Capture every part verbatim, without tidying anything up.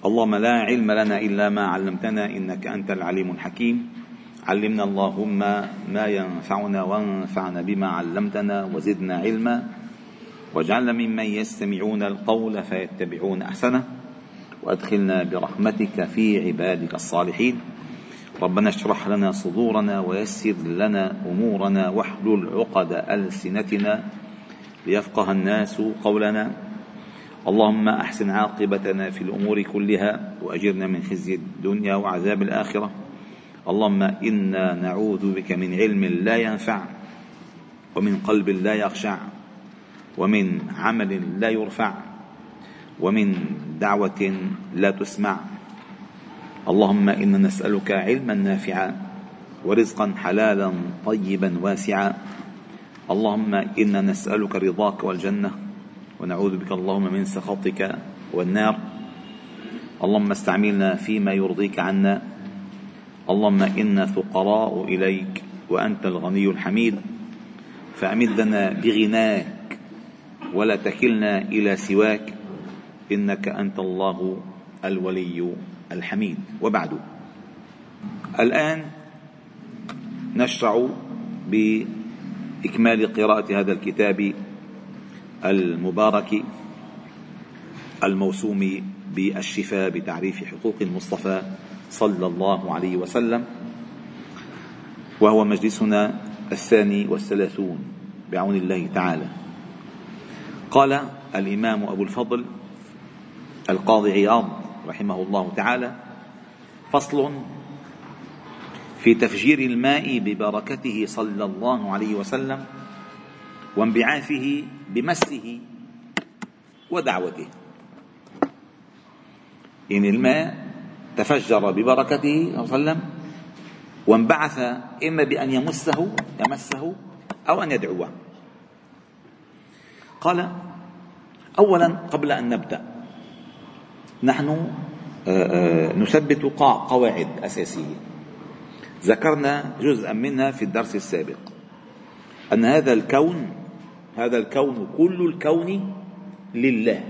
اللهم لا علم لنا إلا ما علمتنا إنك أنت العليم الحكيم. علمنا اللهم ما ينفعنا وانفعنا بما علمتنا وزدنا علما، واجعلنا ممن يستمعون القول فيتبعون أحسنه، وأدخلنا برحمتك في عبادك الصالحين. ربنا اشرح لنا صدورنا ويسر لنا أمورنا واحلل عقد ألسنتنا ليفقه الناس قولنا. اللهم أحسن عاقبتنا في الأمور كلها وأجرنا من خزي الدنيا وعذاب الآخرة. اللهم إنا نعوذ بك من علم لا ينفع، ومن قلب لا يخشع، ومن عمل لا يرفع، ومن دعوة لا تسمع. اللهم إنا نسألك علما نافعا ورزقا حلالا طيبا واسعا. اللهم إنا نسألك رضاك والجنة، ونعوذ بك اللهم من سخطك والنار. اللهم استعملنا فيما يرضيك عنا. اللهم إنا فقراء إليك وأنت الغني الحميد، فأمدنا بغناك ولا تكلنا إلى سواك، إنك أنت الله الولي الحميد. وبعد، الآن نشرع بإكمال قراءة هذا الكتاب المبارك الموسوم بالشفاء بتعريف حقوق المصطفى صلى الله عليه وسلم، وهو مجلسنا الثاني والثلاثون بعون الله تعالى. قال الإمام أبو الفضل القاضي عياض رحمه الله تعالى: فصل في تفجير الماء ببركته صلى الله عليه وسلم وانبعاثه بمسه ودعوته. إن الماء تفجر ببركته صلى الله عليه وسلم وانبعث إما بأن يمسه يمسه أو أن يدعوه. قال: أولا قبل أن نبدأ، نحن نثبت قواعد أساسية ذكرنا جزءا منها في الدرس السابق، أن هذا الكون هذا الكون كل الكون لله،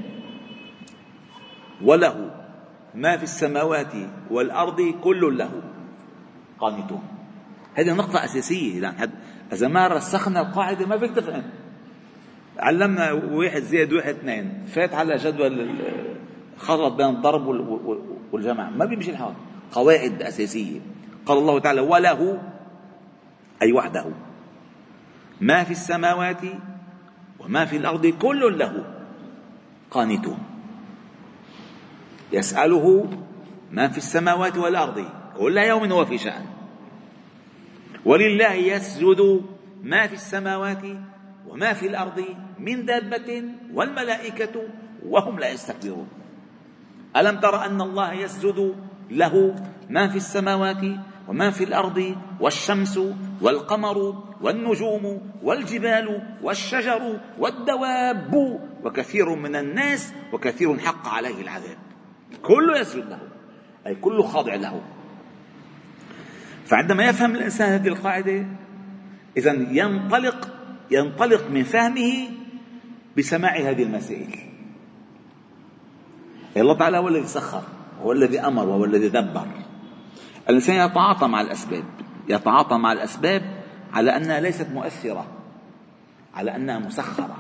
وله ما في السماوات والأرض كل له قانتون. هذه نقطة أساسية، لأن إذا ما رسخنا القاعدة ما فيك تفهم. علمنا واحد زائد واحد اثنين، فات على جدول خلط بين الضرب والجمع، ما بيمشي الحال. قواعد أساسية. قال الله تعالى: وله، أي وحده، ما في السماوات وما في الأرض كل له قانتون. يسأله ما في السماوات والأرض كل يوم هو في شأن. ولله يسجد ما في السماوات وما في الأرض من دابة والملائكة وهم لا يستكبرون. ألم تر أن الله يسجد له ما في السماوات وما في الأرض، والشمس والقمر والنجوم والجبال والشجر والدواب وكثير من الناس وكثير حق عليه العذاب. كله يسجد له، أي كله خاضع له. فعندما يفهم الإنسان هذه القاعدة، إذن ينطلق ينطلق من فهمه بسماع هذه المسائل. الله تعالى هو الذي سخر، هو الذي أمر، وهو الذي دبر. الإنسان يتعاطى مع الأسباب يتعاطى مع الأسباب على أنها ليست مؤثرة، على أنها مسخرة.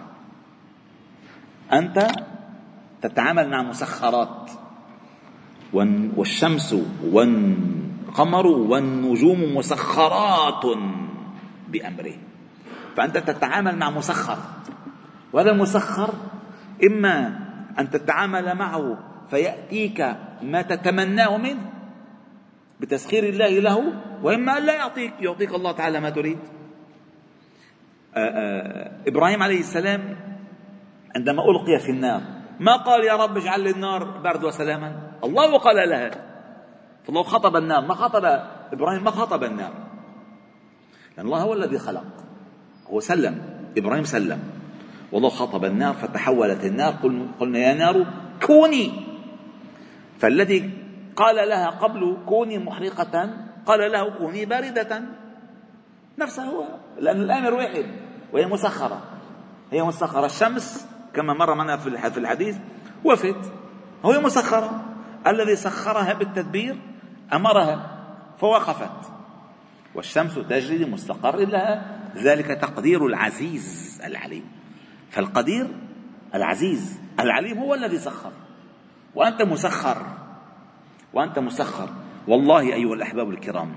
أنت تتعامل مع مسخرات، والشمس والقمر والنجوم مسخرات بأمره، فأنت تتعامل مع مسخر. وهذا المسخر إما أن تتعامل معه فيأتيك ما تتمناه منه بتسخير الله له، وإما لا يعطيك يعطيك الله تعالى ما تريد. آآ آآ إبراهيم عليه السلام عندما ألقي في النار ما قال: يا رب اجعل لي النار برد وسلاما. الله قال لها، فالله خطب النار، ما خطب إبراهيم، ما خطب النار، لأن الله هو الذي خلق، هو سلم، إبراهيم سلم، والله خطب النار فتحولت النار. قلنا يا نار كوني، فالذي قال لها قبل كوني محرقة قال له كوني باردة، نفسه هو، لأن الأمر واحد وهي مسخرة. هي مسخرة. الشمس كما مر معنا في الحديث وفت، هو مسخرة. الذي سخرها بالتدبير أمرها فوقفت، والشمس تجري لمستقر لها، ذلك تقدير العزيز العليم. فالقدير العزيز العليم هو الذي سخر، وأنت مسخر، وأنت مسخر. والله أيها الأحباب الكرام،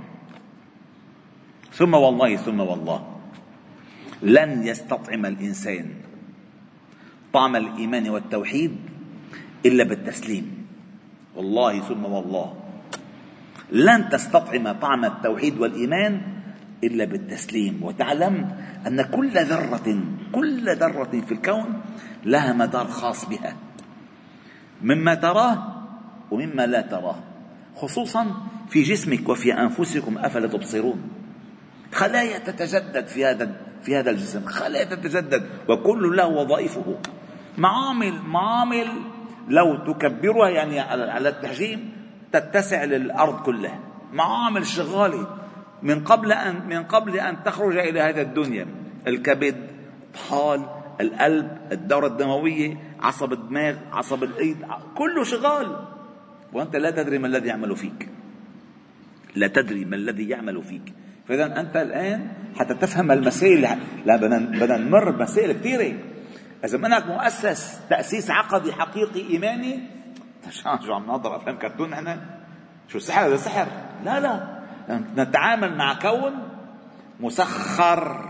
ثم والله ثم والله لن يستطعم الإنسان طعم الإيمان والتوحيد إلا بالتسليم. والله ثم والله لن تستطعم طعم التوحيد والإيمان إلا بالتسليم، وتعلم أن كل ذرة كل ذرة في الكون لها مدار خاص بها، مما تراه ومما لا تراه، خصوصا في جسمك وفي أنفسكم أفلا تبصرون. خلايا تتجدد في هذا في هذا الجسم، خلايا تتجدد وكل له وظائفه. معامل معامل لو تكبرها يعني على التحجيم تتسع للأرض كلها، معامل شغالة من قبل أن من قبل أن تخرج إلى هذا الدنيا. الكبد، الطحال، القلب، الدورة الدموية، عصب الدماغ، عصب الإيد، كله شغال، وأنت لا تدري ما الذي يعمل فيك، لا تدري ما الذي يعمل فيك. فإذا أنت الآن حتى تفهم المسائل، لا بدنا نمر بمسائل كثيرة. إذا منك مؤسس تأسيس عقدي حقيقي إيماني، شو عم نضرب أفلام كرتون نحن؟ شو السحر؟ هذا سحر؟ لا لا، نتعامل مع كون مسخر،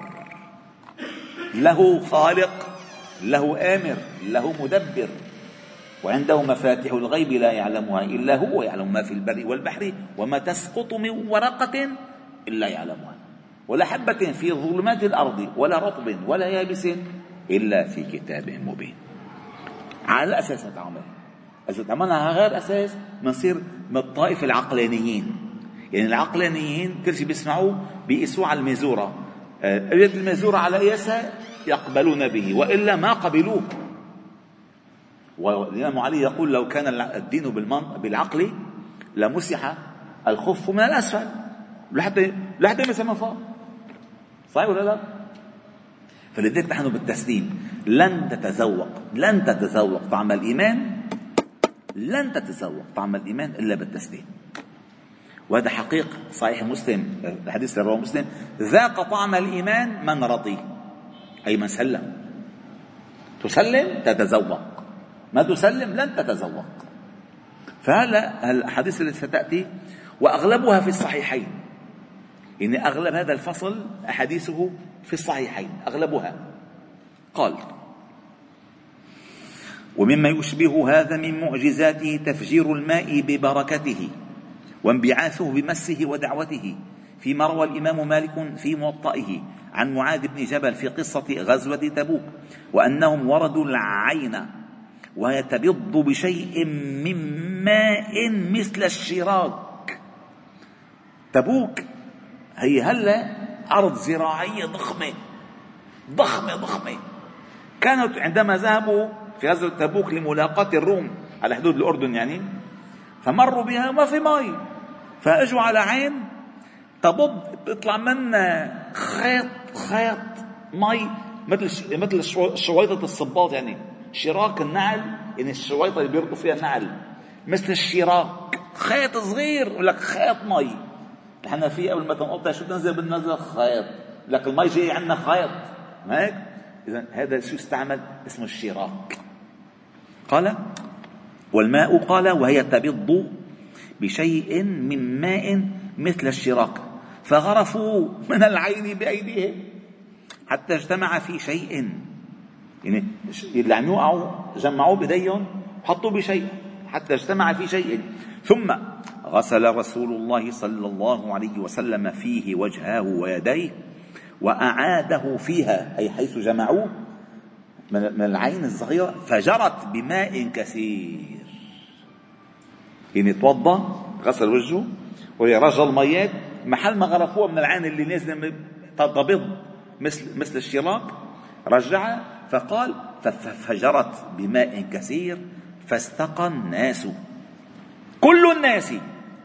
له خالق، له آمر، له مدبر، وعنده مفاتيح الغيب لا يعلمها إلا هو، يعلم ما في البر والبحر وما تسقط من ورقة إلا يعلمها، ولا حبة في ظلمات الأرض ولا رطب ولا يابس إلا في كتاب مبين. على أساس نتعامل. إذا تعاملنا غير أساس بنصير من الطائف العقلانيين. يعني العقلانيين كل شيء بيسمعوه بيقيسوه على الميزورة، اجت الميزورة على قياسها يقبلون به، وإلا ما قبلوه. والإمام علي يقول لو كان الدين بالعقل لمسح الخف من الأسفل لحتى لحتى يمسح من فوق. صحيح ولا لا؟ فلذلك نحن بالتسليم لن تتذوق لن تتذوق طعم الإيمان لن تتذوق طعم الإيمان إلا بالتسليم. وهذا حقيقة. صحيح مسلم، الحديث رواه مسلم: ذاق طعم الإيمان من رضي، أي من سلم. تسلم تتذوق، ما تسلم لن تتذوق. فهلا الحديث التي ستأتي وأغلبها في الصحيحين، يعني أغلب هذا الفصل أحاديثه في الصحيحين أغلبها. قال: ومما يشبه هذا من معجزاته تفجير الماء ببركته وانبعاثه بمسه ودعوته، فيما روى الإمام مالك في موطئه عن معاذ بن جبل في قصة غزوة تبوك، وأنهم وردوا العين وهي تبض بشيء من ماء مثل الشراك. تبوك هي هلا أرض زراعية ضخمة ضخمة ضخمة. كانت عندما ذهبوا في غزوة تبوك لملاقاة الروم على حدود الأردن يعني، فمروا بها ما في ماء، فأجوا على عين تبض بيطلع منها خيط خيط ماء مثل مثل شويطة الصباط، يعني شراك النعل، يعني الشويطة اللي بيربطوا فيها النعل مثل الشراك، خيط صغير ولك خيط ماء. نحن في قبل ما تنقطع شو تنزل بالنزل خيط، لك الماء جاي عندنا خيط هيك. إذا هذا شو استعمل اسمه الشراك. قال: والماء قال وهي تبض بشيء من ماء مثل الشراك، فغرفوا من العين بأيديهم حتى اجتمع في شيء، يعني اللي عم يوقعوا جمعوه بأيديهم حطوا بشيء حتى اجتمع في شيء، ثم غسل رسول الله صلى الله عليه وسلم فيه وجهه ويديه وأعاده فيها، أي حيث جمعوه من العين الصغيرة، فجرت بماء كثير. يعني توضى غسل وجهه ورجل الميات محل ما غرفوها من العين اللي نازله تبض مثل مثل الشراك، رجع فقال: ففجرت بماء كثير فاستقى الناس كل الناس.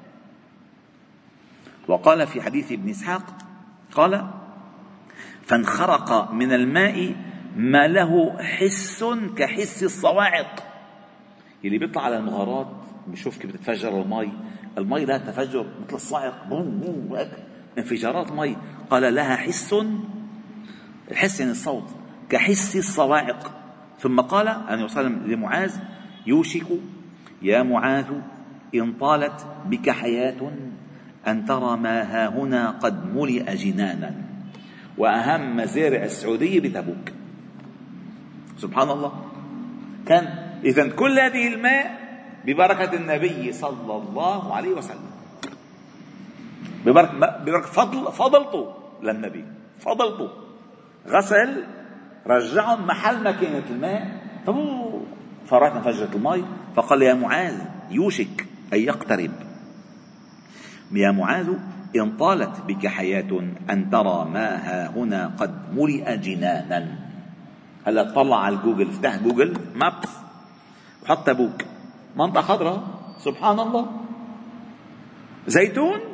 وقال في حديث ابن إسحاق قال: فانخرق من الماء ما له حس كحس الصواعق، اللي بيطلع على المغارات بيشوف كيف بتتفجر المي. المي لها تفجر مثل الصاعق، بوم بوم هيك انفجارات مي. قال لها حس، الحس يعني الصوت، كحس الصواعق. ثم قال النبي صلى الله عليه وسلم لمعاذ: يوشك يا معاذ إن طالت بك حياة أن ترى ما هاهنا قد ملئ جنانا. وأهم مزارع السعودية بتبوك. سبحان الله. كان إذن كل هذه الماء ببركة النبي صلى الله عليه وسلم، ببركة, ببركة فضل فضلته للنبي، فضلته غسل رجعهم محل ما كانت الماء، فرات انفجرت الماء. فقال: يا معاذ يوشك أن يقترب، يا معاذ إن طالت بك حياة أن ترى ما ها هنا قد ملئ جنانا. هلا طلع على جوجل، افتح جوجل مابس وحط تبوك، منطقة خضراء، سبحان الله، زيتون،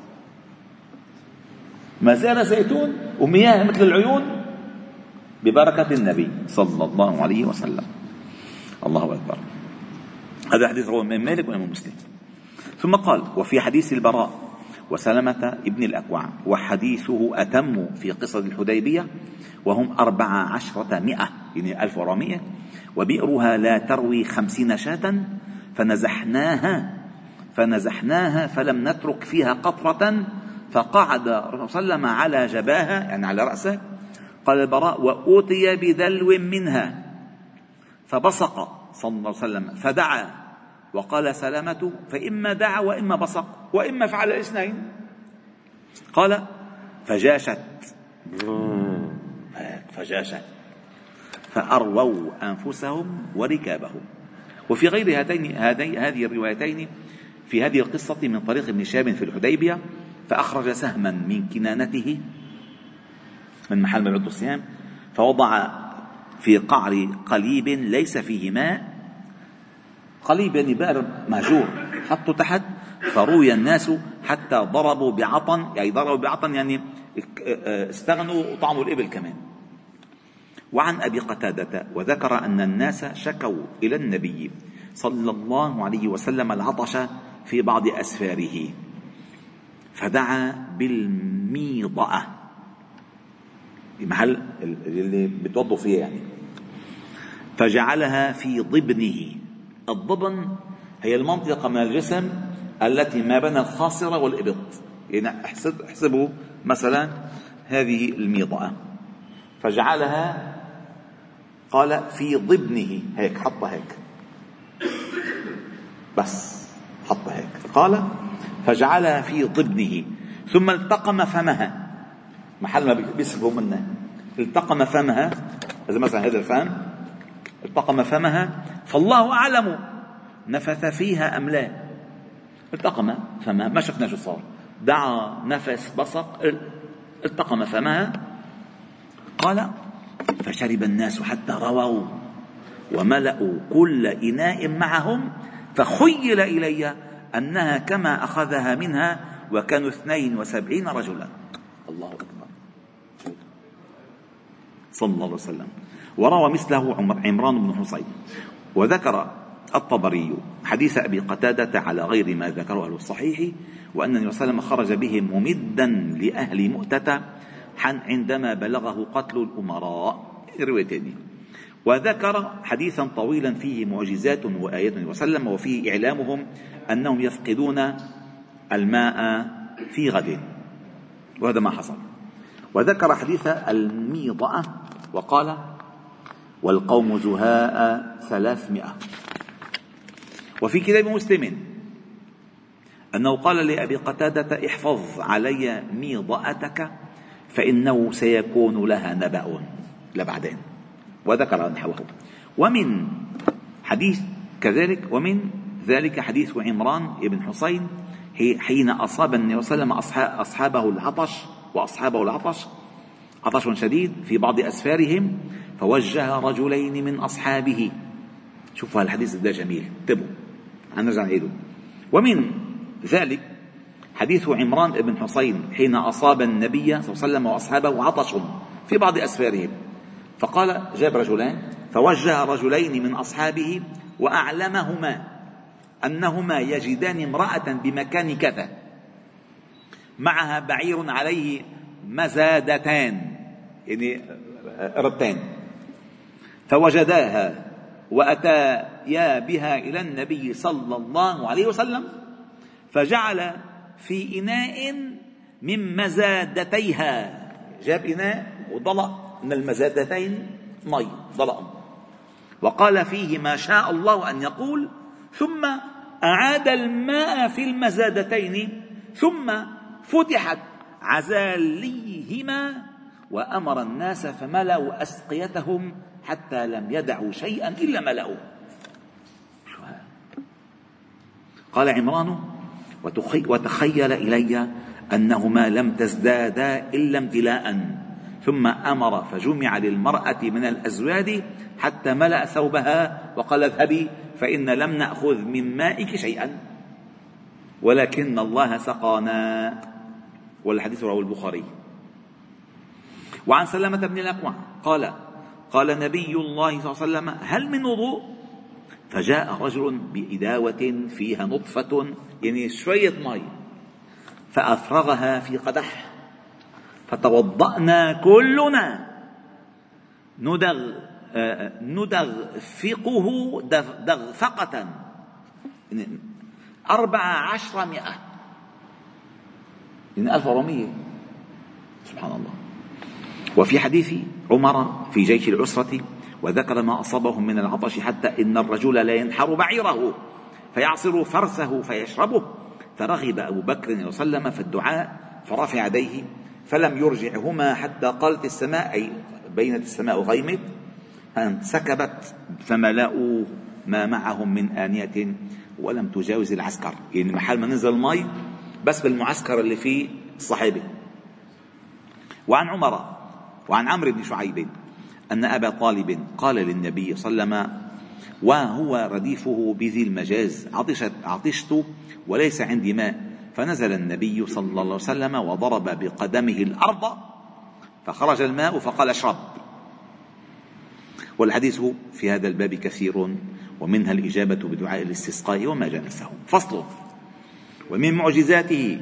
مزارع زيتون ومياه مثل العيون ببركة النبي صلى الله عليه وسلم. الله أكبر. هذا حديث رواه الإمام مالك والإمام مسلم. ثم قال: وفي حديث البراء وسلمة ابن الأكوع، وحديثه أتم في قصة الحديبية، وهم أربع عشرة مئة، يعني ألف وأربعمائة، وبئرها لا تروي خمسين شاة، فنزحناها فنزحناها فلم نترك فيها قطرة، فقعد الرسول صلى الله عليه وسلم على جباها، يعني على رأسه. قال البراء: وأوتي بدلو منها فبصق صلى الله عليه وسلم فدعا، وقال سلامته: فإما دعا وإما بصق وإما فعل الاثنين. قال: فجاشت فجاشت فأرووا أنفسهم وركابهم. وفي غير هاتين هذه الروايتين في هذه القصة من طريق ابن شهاب في الحديبية، فأخرج سهما من كنانته من محل ما يعد الصيام، فوضع في قعر قليب ليس فيه ماء، قليب يعني بئر مهجور، حطوا تحت، فروي الناس حتى ضربوا بعطن، يعني ضربوا بعطن يعني استغنوا وطعموا الإبل كمان. وعن أبي قتادة: وذكر أن الناس شكوا إلى النبي صلى الله عليه وسلم العطش في بعض أسفاره، فدعا بالميضأة، المحل اللي بتوضوا فيه يعني، فجعلها في ضبنه. الضبن هي المنطقة من الجسم التي ما بين الخاصرة والإبط، يعني احسبوا مثلا هذه الميضأة، فجعلها قال في ضبنه، هيك حطها هيك بس، حطها هيك، قال فجعلها في ضبنه، ثم التقم فمها، محل ما بيسبوا منه، التقم فمها، إذا مثلا هذا الفم التقم فمها، فالله أعلم نفث فيها أم لا. التقم فمها، ما شفنا شو صار، دعا نفس بصق، التقم فمها. قال: فشرب الناس حتى رووا وملأوا كل إناء معهم، فخيل إلي أنها كما أخذها منها، وكانوا اثنين وسبعين رجلا. الله أكبر صلى الله عليه وسلم. وروى مثله عمران بن حصين. وذكر الطبري حديث أبي قتادة على غير ما ذكره أهل الصحيح، وأن النبي صلى الله عليه وسلم خرج بهم ممدا لأهل مؤتة عندما بلغه قتل الأمراء، روايتين. وذكر حديثا طويلا فيه معجزات وآيات وسلم، وفيه إعلامهم أنهم يفقدون الماء في غد، وهذا ما حصل. وذكر حديث الميضأة وقال: والقوم زهاء ثلاثمائة. وفي كتاب مسلم أنه قال لأبي قتادة: احفظ علي ميضأتك فإنه سيكون لها نبأ لبعدين، وذكر نحوه. ومن حديث كذلك ومن ذلك حديث عمران بن حصين حين أصاب النبي صلى الله عليه وسلم أصحابه العطش وأصحابه العطش عطش شديد في بعض أسفارهم، فوجه رجلين من أصحابه. شوفوا الحديث ده جميل، انتبهوا هنرجع نعيده. ومن ذلك حديث عمران بن حصين حين أصاب النبي صلى الله عليه وسلم وأصحابه عطش في بعض أسفارهم، فقال جاب رجلان، فوجه رجلين من أصحابه وأعلمهما أنهما يجدان امرأة بمكان كذا معها بعير عليه مزادتان، يعني ربتين، فوجداها وأتيا بها إلى النبي صلى الله عليه وسلم، فجعل في إناء من مزادتيها، جاب إناء وضلق من المزادتين مي ضلق، وقال فيه ما شاء الله أن يقول، ثم أعاد الماء في المزادتين، ثم فتحت عزاليهما وأمر الناس فملأوا أسقيتهم حتى لم يدعوا شيئا إلا ملأوا. قال عمران: وتخيل إلي أنهما لم تزدادا إلا امتلاء، ثم أمر فجمع للمرأة من الأزواد حتى ملأ ثوبها، وقال: اذهبي فإن لم نأخذ من مائك شيئا ولكن الله سقانا. والحديث رواه البخاري. وعن سلمة بن الأكوع قال: قال نبي الله صلى الله عليه وسلم: هل من وضوء؟ فجاء رجل بإداوة فيها نطفة، يعني شوية ماء، فأفرغها في قدح، فتوضأنا كلنا ندغ ندغفقه دغفقة أربع عشر مئة، يعني ألف وأربعمائة. سبحان الله. وفي حديث عمر في جيش العسرة: وذكر ما أصابهم من العطش حتى إن الرجل لا ينحر بعيره فيعصر فرسه فيشربه، فرغب أبو بكر صلى الله عليه وسلم في الدعاء فرفع يديه فلم يرجعهما حتى قالت السماء، أي بينت السماء غيمت، فانسكبت فملأوا ما معهم من آنية ولم تجاوز العسكر، يعني محل ما نزل الماء بس بالمعسكر اللي فيه الصحابة. وعن عمر وعن عمرو بن شعيب أن أبا طالب قال للنبي صلى الله عليه وسلم وهو رديفه بذي المجاز: عطشت عطشت وليس عندي ماء، فنزل النبي صلى الله عليه وسلم وضرب بقدمه الأرض فخرج الماء فقال: اشرب. والحديث في هذا الباب كثير، ومنها الإجابة بدعاء الاستسقاء وما جنسه. فصل. ومن معجزاته.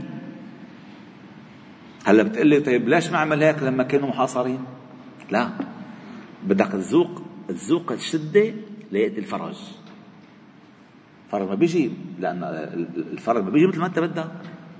هلا بتقول لي طيب ليش ما عمل هيك لما كانوا محاصرين؟ لا، بدك تذوق تذوق الشدة لقيت الفرج. الفرج ما بيجي، لأن الفرج ما بيجي مثل ما أنت بدك.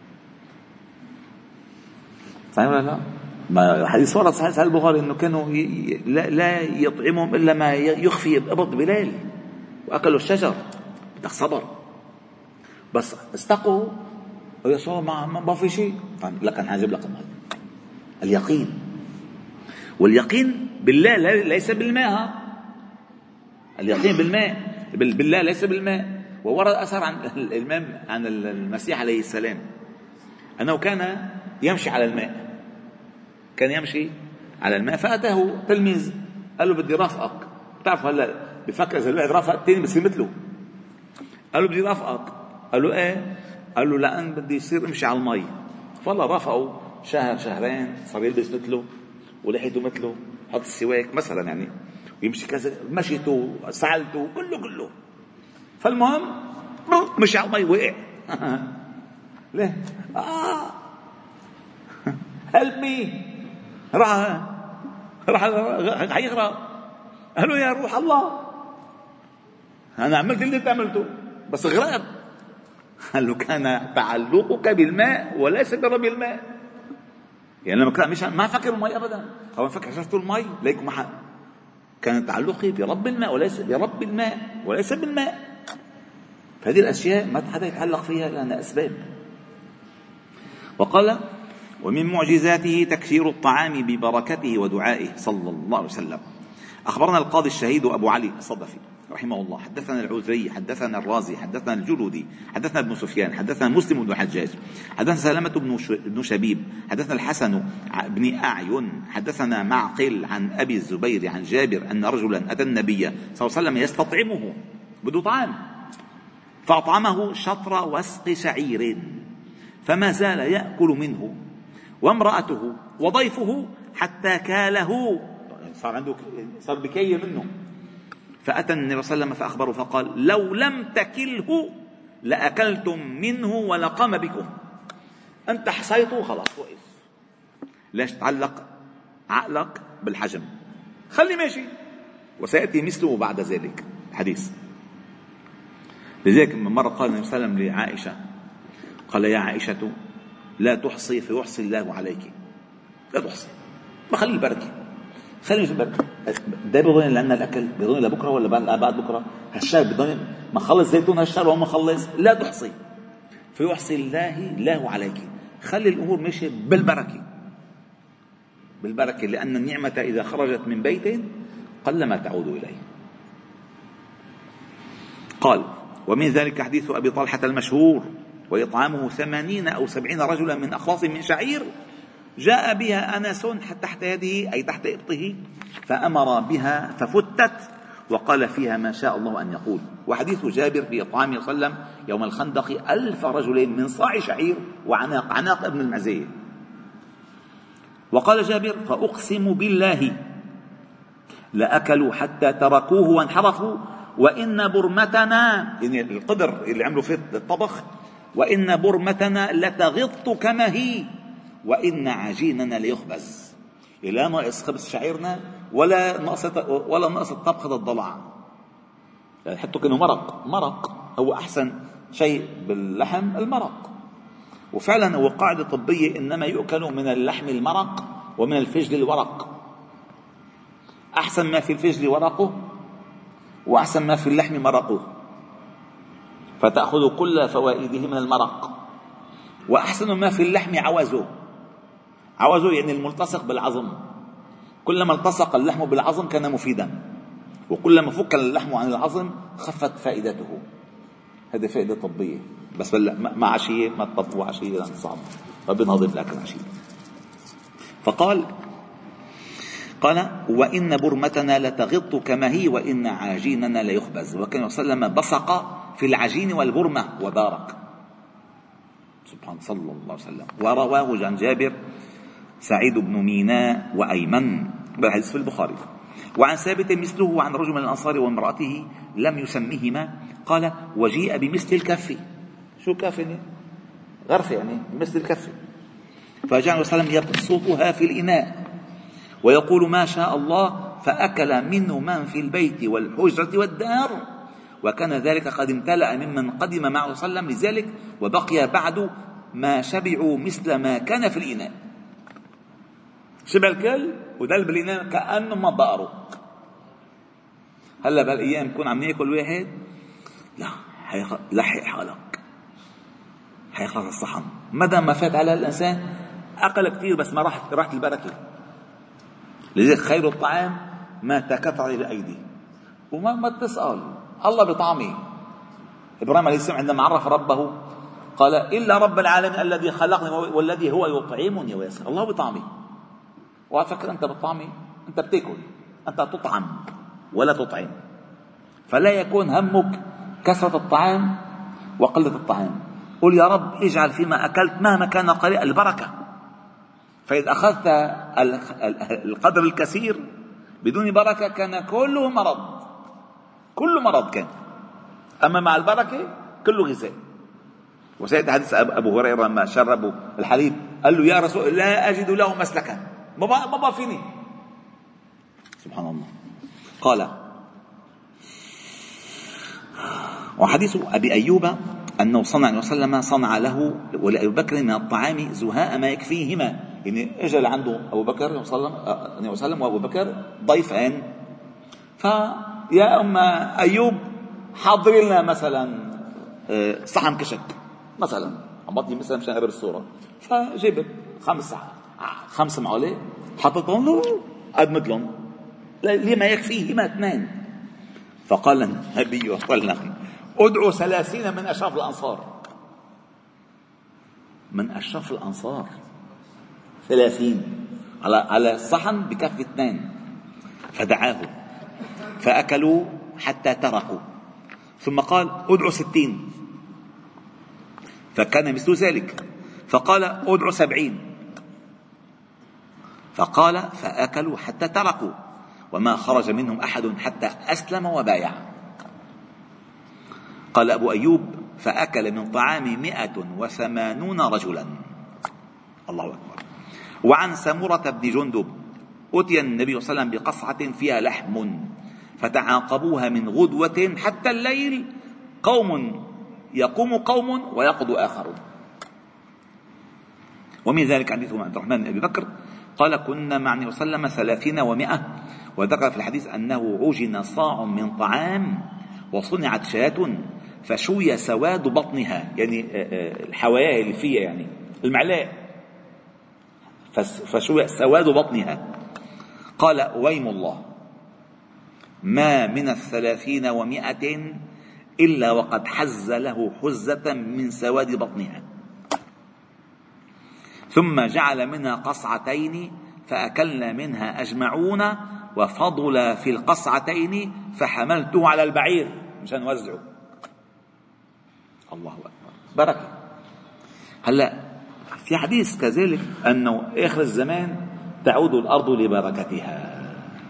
صحيح ولا لا؟ ما حديث ورد صحيح البخاري إنه كانوا ي... لا, لا يطعمهم إلا ما يخفي بقبض بليل، وأكلوا الشجر. بدك صبر، بس استقوا ويسوع ما ما في شيء. لكن هجيب لك اليقين، واليقين بالله ليس بالماء. اليقين بالماء بالله ليس بالماء. وورد أثر عن الإمام عن المسيح عليه السلام أنه كان يمشي على الماء، كان يمشي على الماء، فأتاه تلميذ قال له بدي رافقك. بتعرف هلا بفكر إذا الواحد رافق الثاني بصير مثله. قال له بدي رافقك. قال له ايه؟ قال له لأن بدي يصير امشي على المي. فالله رافقه شهر شهرين، صار يلبس مثله ولحيته مثله، حط السواك مثلا يعني، ويمشي كذا، مشيته سعلته كله كله. فالمهم مشي على المي وقع. ليه؟ آه هلب مي راح راح حيغرق. قال له يا روح الله أنا عملت اللي أنت عملته بس غرقت. قال له كان تعلقك بالماء وليس برب الماء. يعني لما كان مش ما فكر الماء أبدا، هو فكر شفت الماء ليك محل. كان تعلقي برب الماء وليس برب الماء وليس بالماء. فهذه الأشياء ما حدا يتعلق فيها لأنها أسباب. وقال ومن معجزاته تكثير الطعام ببركته ودعائه صلى الله عليه وسلم. أخبرنا القاضي الشهيد أبو علي الصدفي رحمه الله حدثنا العذري حدثنا الرازي حدثنا الجلودي حدثنا ابن سفيان حدثنا مسلم بن الحجاج حدثنا سلامة بن شبيب حدثنا الحسن بن أعين حدثنا معقل عن أبي الزبير عن جابر أن رجلا أتى النبي صلى الله عليه وسلم يستطعمه بده طعام، فأطعمه شطر وسق شعير فما زال يأكل منه وامرأته وضيفه حتى كاله، صار عنده صار بكيل منه. فأتى النبي صلى الله عليه وسلم فأخبره فقال لو لم تكله لأكلتم منه ولقام بكم. أنت حصيته خلاص وقف. ليش تعلق عقلك بالحجم؟ خلي ماشي، وسيأتي مثله بعد ذلك الحديث. لذلك مرة قال النبي صلى الله عليه وسلم لعائشة، قال يا عائشة لا تحصي فيحصي الله عليك. لا تحصي، ما خلي البركة، خلي في البركة. ده بيظن لأن الأكل بيظن لبكرة ولا بعد بكرة، هالشهر بيظن ما خلص زيتون هالشهر وما خلص. لا تحصي فيحصي الله الله عليك. خلي الأمور ماشية بالبركة، بالبركة، لأن النعمة إذا خرجت من بيت قلما تعود إليه. قال ومن ذلك حديث أبي طلحة المشهور وإطعامه ثمانين أو سبعين رجلا من أخلاص من شعير جاء بها أنس تحت يده أي تحت إبطه فأمر بها ففتت وقال فيها ما شاء الله أن يقول. وحديث جابر في إطعامه صلى الله عليه وسلم يوم الخندق ألف رجل من صاع شعير وعناق، عناق ابن المعزية. وقال جابر فأقسم بالله لأكلوا حتى تركوه وانحرفوا وإن برمتنا، يعني القدر اللي عملوا فيه الطبخ، وإن برمتنا لتغط كما هي وإن عجيننا ليخبز. لا ناقص خبز شعيرنا ولا ناقص ولا ناقص طبخة الضلع. يعني حتى كأنه مرق، مرق هو أحسن شيء باللحم المرق. وفعلا هو قاعدة طبية إنما يؤكل من اللحم المرق ومن الفجل الورق. أحسن ما في الفجل ورقه وأحسن ما في اللحم مرقه، فتأخذ كل فوائده من المرق. وأحسن ما في اللحم عوزه، عوزه يعني الملتصق بالعظم. كلما التصق اللحم بالعظم كان مفيدا، وكلما فك اللحم عن العظم خفت فائدته. هذه فائدة طبية. بس مع عشية ما تطبقوا عشية لأن صعب فبنهضم الأكل عشية. فقال قال وإن برمتنا لتغط كما هي وإن عجيننا ليخبز. وكان صلى الله عليه وسلم بصق في العجين والبرمة وبارك. سبحان صلى الله عليه وسلم. ورواه عن جابر سعيد بن ميناء وأيمن بالحديث في البخاري. وعن ثابت مثله عن رجل من الأنصار وامرأته لم يسميهما قال وجيء بمثل الكف. شو كف يعني؟ غرفة يعني مثل الكف. فجاء صلى الله عليه وسلم يبسطها في الإناء ويقول ما شاء الله فأكل منه من في البيت والحجرة والدار. وكان ذلك قد امتلأ ممن قدم معه صلى الله عليه وسلم لذلك وبقي بعد ما شبعوا مثل ما كان في الإناء. شبع الكل ودل بالإناء كأنه ما بقروا. هلا بهالأيام يكون عم ياكل واحد لا لحق حالك، حيخلص الصحن. مدى ما فات على الإنسان أكل كثير بس ما راحت راحت البركة. لذلك خير الطعام ما تكثر الأيدي. وما ما تسأل الله بطعمه. إبراهيم عليه السلام عندما عرف ربه قال إلا رب العالمين الذي خلقني والذي هو يطعمني ويسقي. الله بطعمه. وأفكر أنت بطعمه، أنت بتاكل، أنت تطعم ولا تطعم. فلا يكون همك كثرة الطعام وقلة الطعام. قل يا رب اجعل فيما أكلت مهما كان قليل البركة. فإذا أخذت القدر الكثير بدون بركة كان كله مرض، كله مرض كان. أما مع البركة كله غذاء. وسيأتي حديث أبو هريرة لما شربوا الحليب قال له يا رسول لا أجد له مسلكا، ما ما فيني. سبحان الله. قال وحديث أبي أيوب أنه صنع عليه وسلم صنع له ولأبي بكر من الطعام زهاء ما يكفيهما. يعني اجى لعنده أبو بكر صلى الله عليه وسلم وأبو بكر ضيفين، فيا أم أيوب حضر لنا مثلا صحن كشك مثلا، عم بطي مثلا مشان أقرب الصورة. فجبت خمس خمس معالق حطتهم له قد مثلهم لما يكفيهما اثنين. فقال النبي صلى الله عليه وسلم ادعوا ثلاثين من أشراف الأنصار. من أشراف الأنصار ثلاثين على على الصحن بكف اثنين. فدعاه فأكلوا حتى تركوا. ثم قال ادعوا ستين فكان مثل ذلك. فقال ادعوا سبعين فقال فأكلوا حتى تركوا وما خرج منهم أحد حتى أسلم وبايع. قال أبو أيوب فأكل من طعام مئة وثمانون رجلا. الله أكبر. وعن سمرة بن جندب أتي النبي صلى الله عليه وسلم بقصعة فيها لحم فتعاقبوها من غدوة حتى الليل، قوم يقوم قوم ويقض آخرون. ومن ذلك حديث عبد الرحمن بن أبي بكر قال كنا مع النبي صلى الله عليه وسلم ثلاثين ومائة، وذكر في الحديث أنه عجن صاع من طعام وصنعت شاة فشوي سواد بطنها، يعني الحوايا اللي فيها يعني المعلاء، فشوي سواد بطنها. قال ويم الله ما من الثلاثين ومائة إلا وقد حز له حزة من سواد بطنها، ثم جعل منها قصعتين فأكلنا منها أجمعون، وفضل في القصعتين فحملته على البعير مشان نوزعه. الله أكبر، بركة. هلأ في حديث كذلك أنه آخر الزمان تعود الأرض لبركتها،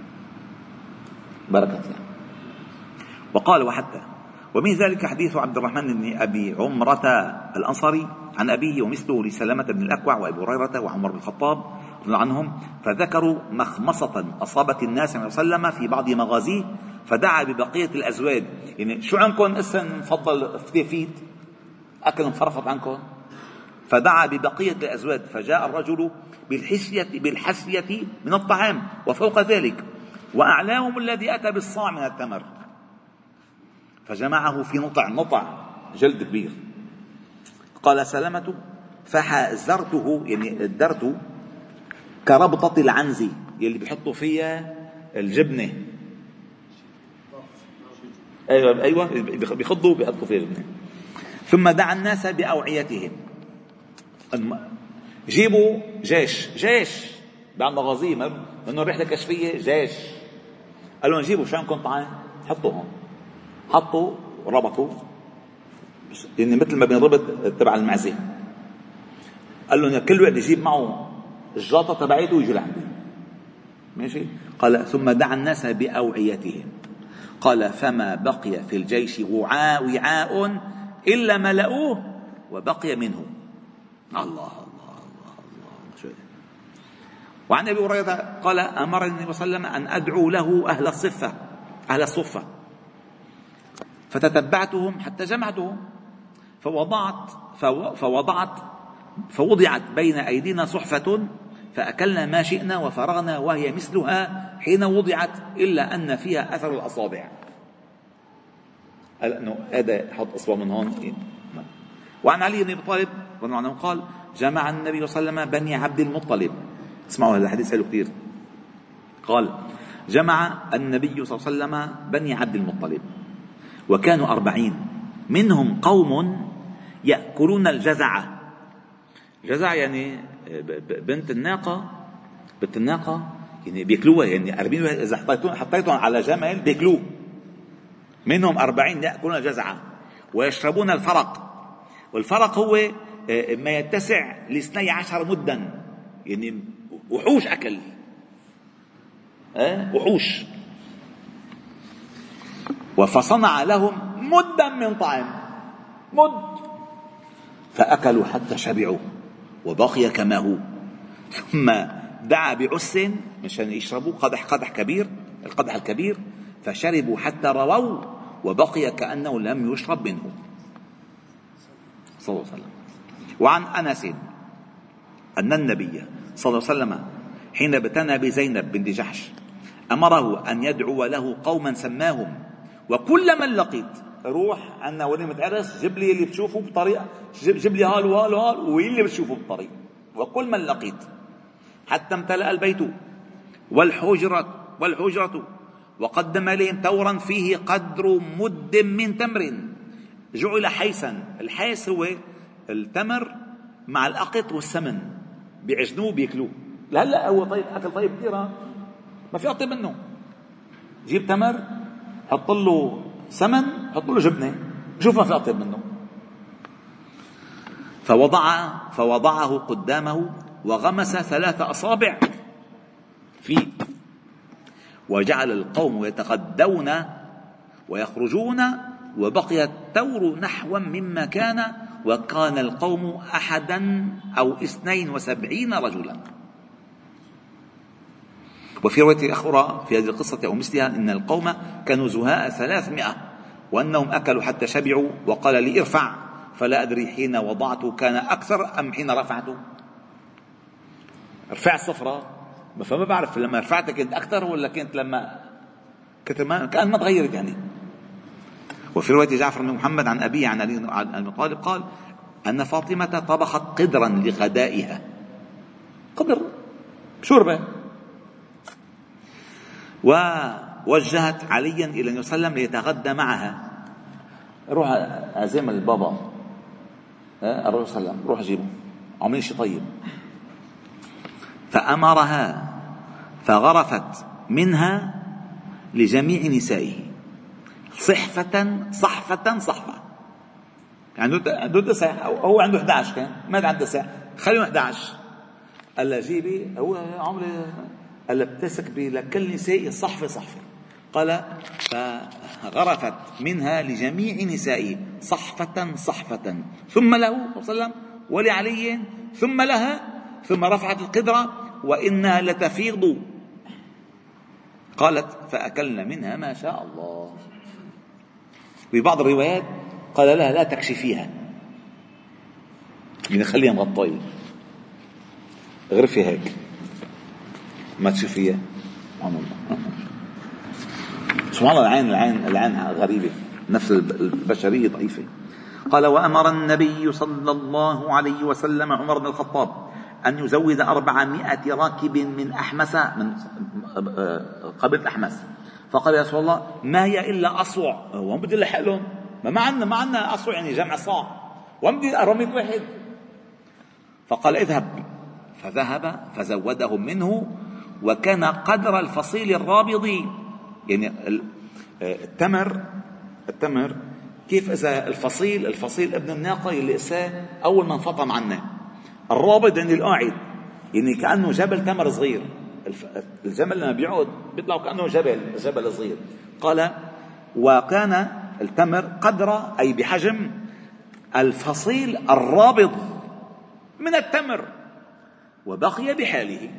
بركتها. وقال وحتى ومن ذلك حديث عبد الرحمن بن أبي عمرة الأنصاري عن أبيه ومثله لسلامة بن الأكوع وأبي هريرة وعمر بن الخطاب رضي الله عنهم، فذكروا مخمصة أصابت الناس صلى الله عليه وسلم في بعض مغازيه فدعا ببقية الأزواد. يعني شو عندكم إسا نفضل فتيفيت أكل مفرفط عنكم؟ فدعا ببقية الأزواد، فجاء الرجل بالحسية بالحسية من الطعام وفوق ذلك، وأعلاهم الذي أتى بالصاع من التمر فجمعه في نطع نطع جلد كبير. قال سلامة فحازرته، يعني ادرته كربطة العنز يلي بيحطوا فيها الجبنة. أيوة أيوة بيخضوا بيحطوا فيها الجبنة. ثم دعا الناس بأوعيتهم، جيبوا جيش جيش بعد مغازيه منه الرحلة كشفية جيش، قال لهم جيبوا شو عندكم طعام حطوا هون، حطوا ربطوا يعني مثل ما بينربط تبع المعزة. قال لهم كل واحد يجيب معه الجاطة تبعيته ويجي لعندي، ماشي. قال ثم دعا الناس بأوعيتهم، قال فما بقي في الجيش وعاء وعاء إلا ملؤوه وبقي منه. الله الله الله الله شو. وعن أبي هريرة قال أمرني النبي صلى الله عليه وسلم أن أدعو له أهل الصفة أهل الصفة فتتبعتهم حتى جمعتهم فوضعت فوضعت فوضعت بين أيدينا صحفة فأكلنا ما شئنا وفرغنا وهي مثلها حين وضعت إلا أن فيها أثر الأصابع. قال أنه هذا حط أصبع من هون. وعن علي بن أبي طالب رضي الله عنه قال جمع النبي صلى الله عليه وسلم بني عبد المطلب. اسمعوا هذا الحديث حلو كثير. قال جمع النبي صلى الله عليه وسلم بني عبد المطلب وكانوا أربعين، منهم قوم يأكلون الجزعة. جزع يعني بنت الناقة، بنت الناقة يعني بيأكلوها، يعني أربعين إذا حطيتون حطيتون على جمل بيأكلوه. منهم أربعين يأكلون الجزعة ويشربون الفرق، والفرق هو ما يتسع لاثني عشر مدا، يعني وحوش أكل أه؟ وحوش. وفصنع لهم مدا من طعام، مد، فأكلوا حتى شبعوا وبقي كما هو. ثم دعا بعس مشان يشربوا قدح قدح كبير، القدح الكبير، فشربوا حتى رووا وبقي كأنه لم يشرب منه صلى الله عليه وسلم. وعن أنس أن النبي صلى الله عليه وسلم حين ابتنى بزينب بنت جحش أمره أن يدعو له قوما سماهم، وكل من لقيت روح عنا وليمة عرس جيب لي اللي بتشوفه بطريقة، جيب لي هال وهال وهال واللي بتشوفه بالطريق، وكل من لقيت، حتى امتلأ البيت والحجرة والحجرة وقدم لهم تورا فيه قدر مد من تمر جعل حيسا. الحيس هو التمر مع الأقط والسمن، بيعجنوه بياكلوه. هلا هو طيب أكل طيب كثير، ما في أطيب منه. جيب تمر حط له سمن حط له جبنة، شوف ما في أطيب منه. فوضع فوضعه قدامه وغمس ثلاث أصابع فيه، وجعل القوم يتغدون ويخرجون وبقي التور نحوا مما كان، وكان القوم أحدا أو اثنين وسبعين رجلا. وفي رواية أخرى في هذه القصة أو مثلها إن القوم كانوا زهاء ثلاثمائة، وأنهم أكلوا حتى شبعوا، وقال لي ارفع، فلا أدري حين وضعته كان أكثر أم حين رفعته. رفع الصفرة، فما بعرف لما رفعتها كنت أكثر ولا كنت لما كنت ما كأن ما تغيرت يعني. وفي رواية جعفر بن محمد عن أبيه عن علي بن أبي طالب قال أن فاطمة طبخت قدرا لغدائها، قدر شوربة، ووجهت عليا إلى النبي صلى الله عليه وسلم ليتغدى معها. روح أعزم البابا الرسول صلى الله عليه وسلم، روح جيبه عملين شيء طيب. فأمرها فغرفت منها لجميع نسائه صحفة صحفة صحفة. عنده عنده تسع، هو عنده أحد عشر، كان ما عنده تسع، خليهم أحد عشر. قال له جيبي، هو عمله قال له بتسك لكل نسائه صحفة صحفة. قال فغرفت منها لجميع نسائه صحفة صحفة، ثم له صلى الله عليه وسلم ولعلي، ثم لها، ثم رفعت القدرة وإنها لتفيض. قالت فأكلنا منها ما شاء الله. في بعض الروايات قال لها لا تكشفيها، يعني خليها مغطية، غرفي هيك ما تشوفيها. سبحان الله، العين العين العين غريبة، نفس البشرية ضعيفة. قال وأمر النبي صلى الله عليه وسلم عمر بن الخطاب أن يزود أربعمائة راكب من أحمس، من قبيلة أحمس. فقال يا رسول الله ما هي إلا أصوع، وهم بدي لحق لهم، ما عندنا ما عندنا أصوع يعني جمع صاع، وهم بدي أرمية واحد. فقال اذهب، فذهب فزودهم منه، وكان قدر الفصيل الرابض، يعني التمر التمر كيف إذا الفصيل الفصيل ابن الناقة اللي إساه أول ما انفطم عنه، الرابض يعني القاعد، يعني كأنه جبل تمر صغير. الجمل لما بيعود بيطلع كأنه جبل جبل صغير. قال وكان التمر قدر أي بحجم الفصيل الرابض من التمر، وبقي بحاله.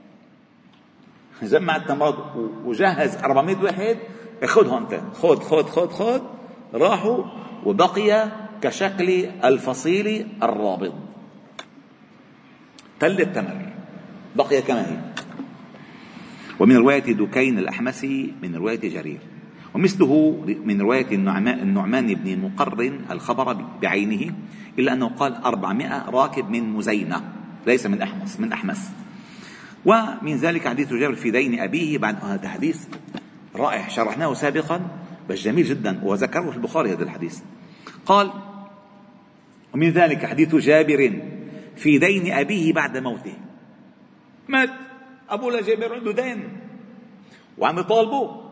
جمع التمرات وجهز أربعمائة واحد، خذهم انت، خذ خذ خذ خذ، راحوا وبقي كشكل الفصيل الرابض، تل التمر بقي كما هي. ومن رواية دكين الأحمسي من رواية جرير، ومثله من رواية النعمان بن مقرن الخبر بعينه، إلا أنه قال أربعمائة راكب من مزينة ليس من أحمس، من أحمس. ومن ذلك حديث جابر في دين أبيه، بعد هذا حديث رائع شرحناه سابقا بس جميل جدا، وذكره في البخاري هذا الحديث. قال ومن ذلك حديث جابر في دين أبيه بعد موته، مات أبو لجابر عنده دين وعم يطالبه،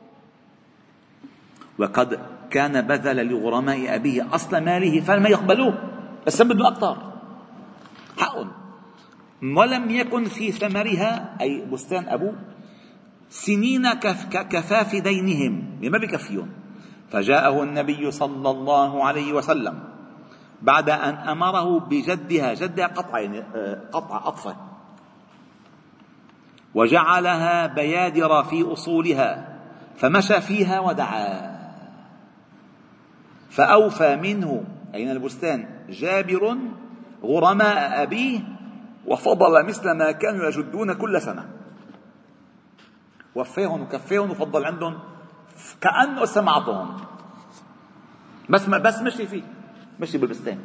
وقد كان بذل لغرماء أبيه أصل ماله فلم يقبلوه، بس بده أكثر حقهم، ولم يكن في ثمرها أي بستان أبوه سنين كفاف دينهم، ما بكفيهم. فجاءه النبي صلى الله عليه وسلم بعد أن أمره بجدها، جدها قطع يعني قطع أطفة، وجعلها بيادر في أصولها، فمشى فيها ودعا، فأوفى منه أين البستان جابر غرماء أبيه، وفضل مثل ما كانوا يجدون كل سنة، وفيهم وكفيهم وفضل عندهم كأنه سمعتهم، بس ما بس مشي فيه، مشي بالبستان.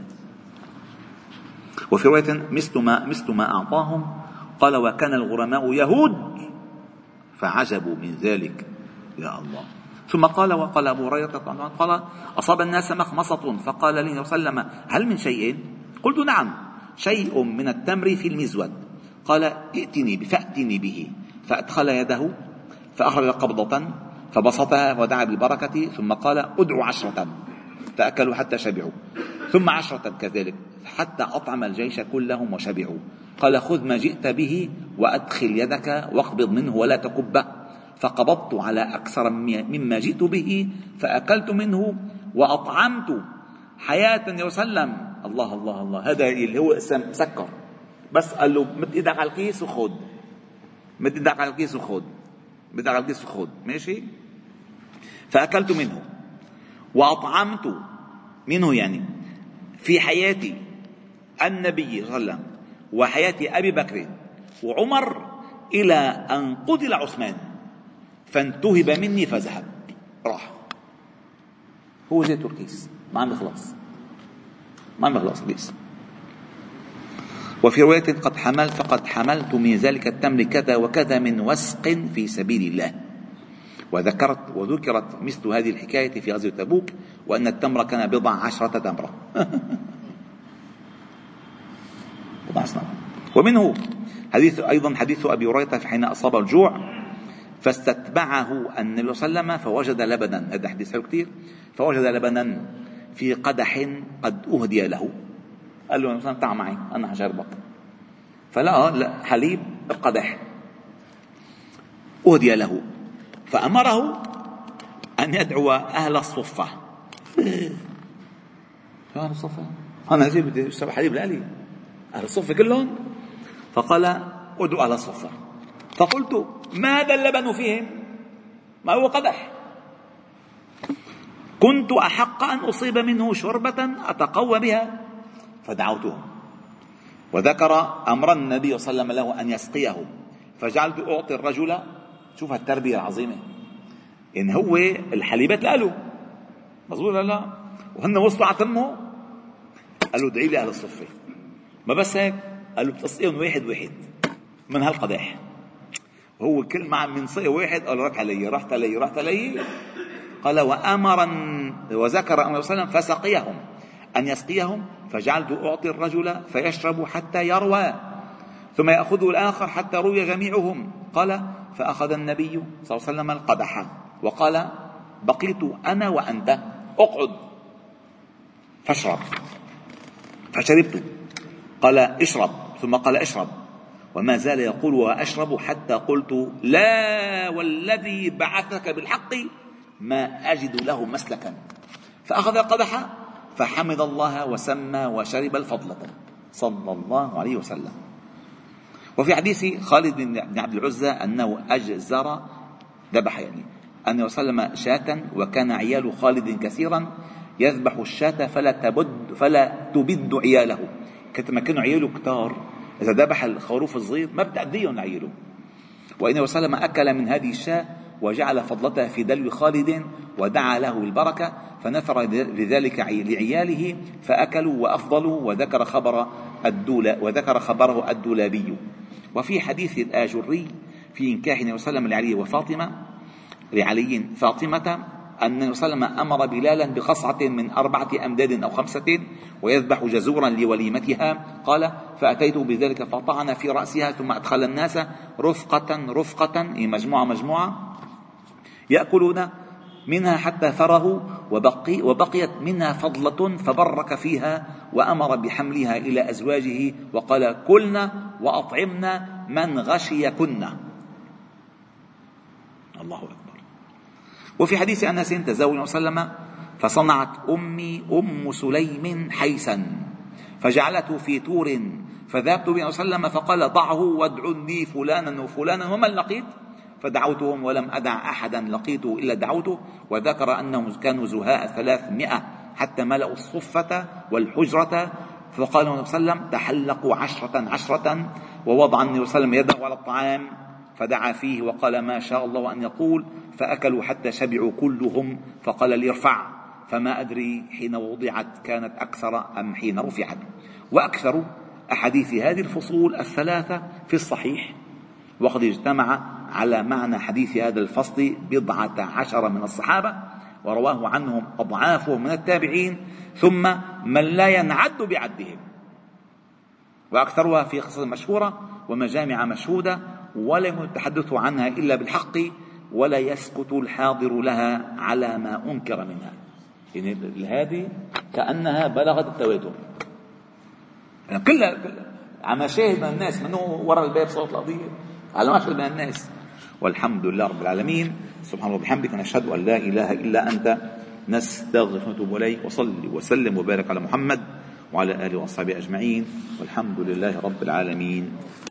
وفي رواية مثل ما مثل ما أعطاهم. قال وكان الغرماء يهود فعجبوا من ذلك يا الله. ثم قال وقال أبو هريرة قال أصاب الناس مخمصة، فقال لي وسلم هل من شيء؟ قلت نعم، شيء من التمر في المزود. قال ائتني فأتني به، فأدخل يده فأخرج قبضة فبسطها ودعا بالبركة، ثم قال ادعوا عشرة، فأكلوا حتى شبعوا، ثم عشرة كذلك حتى أطعم الجيش كلهم وشبعوا. قال خذ ما جئت به وأدخل يدك واقبض منه ولا تكبه، فقبضت على أكثر مما جئت به فأكلت منه، وأطعمت حياة النبي صلى الله عليه وسلم. الله الله الله، هذا اللي هو اسم سكر. بس قال له مد ايدك على الكيس وخذ، مد ايدك على الكيس وخذ، مد ايدك على الكيس وخذ، ماشي. فأكلت منه وأطعمت منه، يعني في حياة النبي صلى الله عليه وسلم وحياة أبي بكر وعمر إلى أن قتل عثمان فانتهب مني فذهب، راح. هو زي تركيس، ما عم يخلص، ما عم يخلص بيس. وفي رواية قد حملت فقد حملت من ذلك التمر كذا وكذا من وسق في سبيل الله. وذكرت وذكرت مثل هذه الحكاية في غزوة تبوك، وأن التمر كان بضع عشرة تمرة. ومنه حديث أيضا حديث أبي هريرة حين أصاب الجوع فاستتبعه النبي صلى الله عليه وسلم فوجد لبنا، هذا حديث كثير، فوجد لبنا في قدح قد أهدي له. قال له مثلا تعال معي أنا هشربك، فلقى حليب القدح أهدي له، فأمره أن يدعو أهل الصفة. أهل الصفة أنا أجيب بدي أشرب حليب لألي أهل الصفة كلهم؟ فقال ادعو أهل الصفة. فقلت ماذا اللبن فيهم؟ ما هو قدح، كنت أحق أن أصيب منه شربة أتقوى بها، فدعوتهم. وذكر أمر النبي صلى الله عليه وسلم له أن يسقيهم، فجعلت أعطي الرجل. شوف التربية العظيمة، إن هو الحليبات له مظبوط لا، وهن وصلوا على تمه قال له ادعي لي أهل الصفة. ما بس هيك، قال له بتسقيهم واحد واحد من هالقدح، وهو كل ما من سقي واحد قال رحت علي رحت علي رحت علي. قال وأمر وذكر النبي صلى الله عليه وسلم فسقيهم أن يسقيهم، فجعلت أعطي الرجل فيشرب حتى يروى، ثم يأخذه الآخر حتى روي جميعهم. قال فأخذ النبي صلى الله عليه وسلم القدح وقال بقيت أنا وأنت أقعد فاشرب، فشربت. قال اشرب، ثم قال اشرب، وما زال يقول وأشرب حتى قلت لا والذي بعثك بالحق ما أجد له مسلكا. فأخذ القدح فحمد الله وسمى وشرب الفضلة صلى الله عليه وسلم. وفي حديث خالد بن عبد العزى أنه أجزر ذبح، يعني أنه وسلم شاة، وكان عيال خالد كثيرا يذبح الشاة فلا تبد فلا تبد عياله، كما كانوا عياله كتار، إذا ذبح الخروف الصغير ما بتأديهم عياله. وإنه وسلم أكل من هذه الشاة وجعل فضلتها في دلو خالد ودعا له بالبركة، فنثر لذلك لعياله فأكلوا وأفضلوا. وذكر خبر الدولة وذكر خبره الدولابي. وفي حديث الآجري في إنكاح النبي صلى الله عليه وسلم لعلي وفاطمة لعلي فاطمة أن النبي صلى الله عليه وسلم أمر بلالا بقصعة من أربعة أمداد أو خمسة ويذبح جزورا لوليمتها. قال فأتيت بذلك فطعن في رأسها، ثم أدخل الناس رفقة رفقة مجموعة مجموعة يأكلون منها حتى فرغوا، وبقي وبقيت منها فضلة فبرك فيها وأمر بحملها إلى أزواجه وقال كلنا وأطعمنا من غشيكن. الله أكبر. وفي حديث أنس تزوج وسلم فصنعت أمي أم سليم حيسا فجعلته في تور، فذهبت به وسلم فقال ضعه وادعني فلانا وفلانا ومن لقيت، فدعوتهم ولم أدع أحدا لقيته إلا دعوته. وذكر أنهم كانوا زهاء ثلاثمائة حتى ملأوا الصفة والحجرة، فقال النبي صلى الله عليه وسلم تحلقوا عشرة عشرة. ووضع النبي صلى الله عليه وسلم يده على الطعام فدعا فيه وقال ما شاء الله أن يقول، فأكلوا حتى شبعوا كلهم. فقال لي ارفع، فما أدري حين وضعت كانت أكثر أم حين رفعت. وأكثر أحاديث هذه الفصول الثلاثة في الصحيح، وقد اجتمع على معنى حديث هذا الفصل بضعة عشر من الصحابة، ورواه عنهم أضعافهم من التابعين، ثم من لا ينعد بعدهم، وأكثرها في قصص مشهورة ومجامع مشهودة، ولم يتحدثوا عنها إلا بالحق، ولا يسكت الحاضر لها على ما أنكر منها. يعني هذه كأنها بلغت التواتر، يعني كلها على مشاهد من الناس، منه وراء الباب صوت القضية على مشهد من الناس. والحمد لله رب العالمين. سبحان الله وبحمدك، نشهد أن لا إله إلا أنت، نستغفرك ونتوب إليه. وصل وسلم وبارك على محمد وعلى آله وأصحابه أجمعين، والحمد لله رب العالمين.